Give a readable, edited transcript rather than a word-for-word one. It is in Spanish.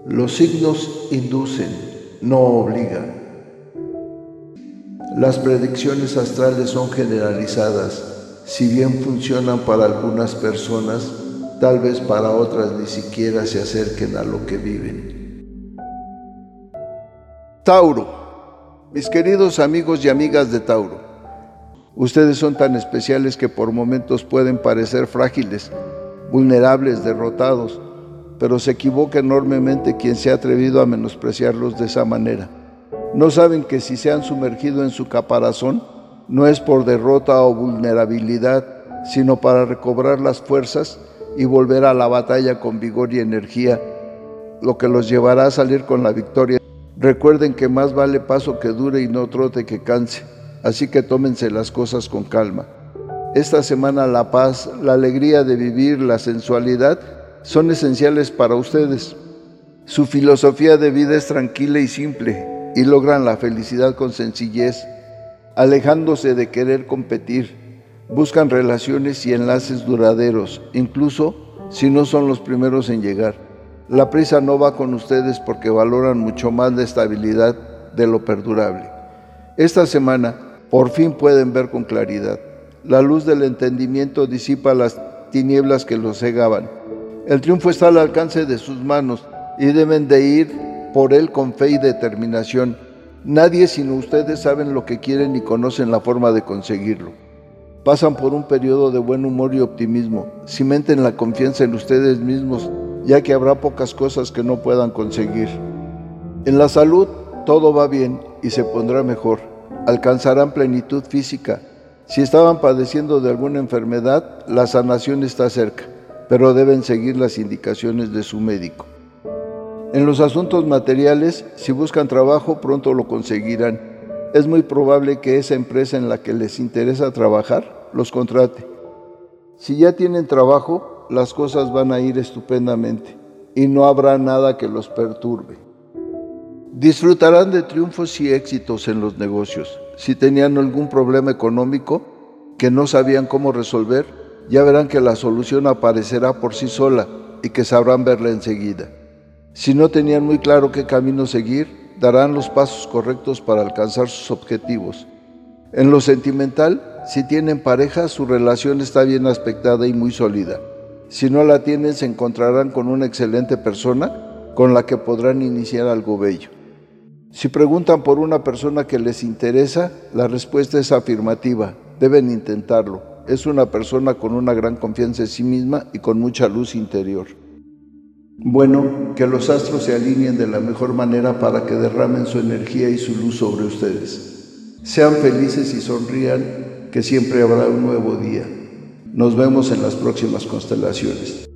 Los signos inducen, no obligan. Las predicciones astrales son generalizadas. Si bien funcionan para algunas personas, tal vez para otras ni siquiera se acerquen a lo que viven. Tauro. Mis queridos amigos y amigas de Tauro, ustedes son tan especiales que por momentos pueden parecer frágiles, vulnerables, derrotados, pero se equivoca enormemente quien se ha atrevido a menospreciarlos de esa manera. No saben que si se han sumergido en su caparazón, no es por derrota o vulnerabilidad, sino para recobrar las fuerzas y volver a la batalla con vigor y energía, lo que los llevará a salir con la victoria. Recuerden que más vale paso que dure y no trote que canse, así que tómense las cosas con calma. Esta semana la paz, la alegría de vivir, la sensualidad son esenciales para ustedes. Su filosofía de vida es tranquila y simple y logran la felicidad con sencillez, alejándose de querer competir. Buscan relaciones y enlaces duraderos, incluso si no son los primeros en llegar. La prisa no va con ustedes porque valoran mucho más la estabilidad de lo perdurable. Esta semana, por fin pueden ver con claridad. La luz del entendimiento disipa las tinieblas que los cegaban. El triunfo está al alcance de sus manos y deben de ir por él con fe y determinación. Nadie sino ustedes saben lo que quieren y conocen la forma de conseguirlo. Pasan por un periodo de buen humor y optimismo. Cimenten la confianza en ustedes mismos, ya que habrá pocas cosas que no puedan conseguir. En la salud, todo va bien y se pondrá mejor. Alcanzarán plenitud física. Si estaban padeciendo de alguna enfermedad, la sanación está cerca, pero deben seguir las indicaciones de su médico. En los asuntos materiales, si buscan trabajo, pronto lo conseguirán. Es muy probable que esa empresa en la que les interesa trabajar los contrate. Si ya tienen trabajo, las cosas van a ir estupendamente y no habrá nada que los perturbe. Disfrutarán de triunfos y éxitos en los negocios. Si tenían algún problema económico que no sabían cómo resolver, ya verán que la solución aparecerá por sí sola y que sabrán verla enseguida. Si no tenían muy claro qué camino seguir, darán los pasos correctos para alcanzar sus objetivos. En lo sentimental, si tienen pareja, su relación está bien aspectada y muy sólida. Si no la tienen, se encontrarán con una excelente persona con la que podrán iniciar algo bello. Si preguntan por una persona que les interesa, la respuesta es afirmativa. Deben intentarlo. Es una persona con una gran confianza en sí misma y con mucha luz interior. Bueno, que los astros se alineen de la mejor manera para que derramen su energía y su luz sobre ustedes. Sean felices y sonrían, que siempre habrá un nuevo día. Nos vemos en las próximas constelaciones.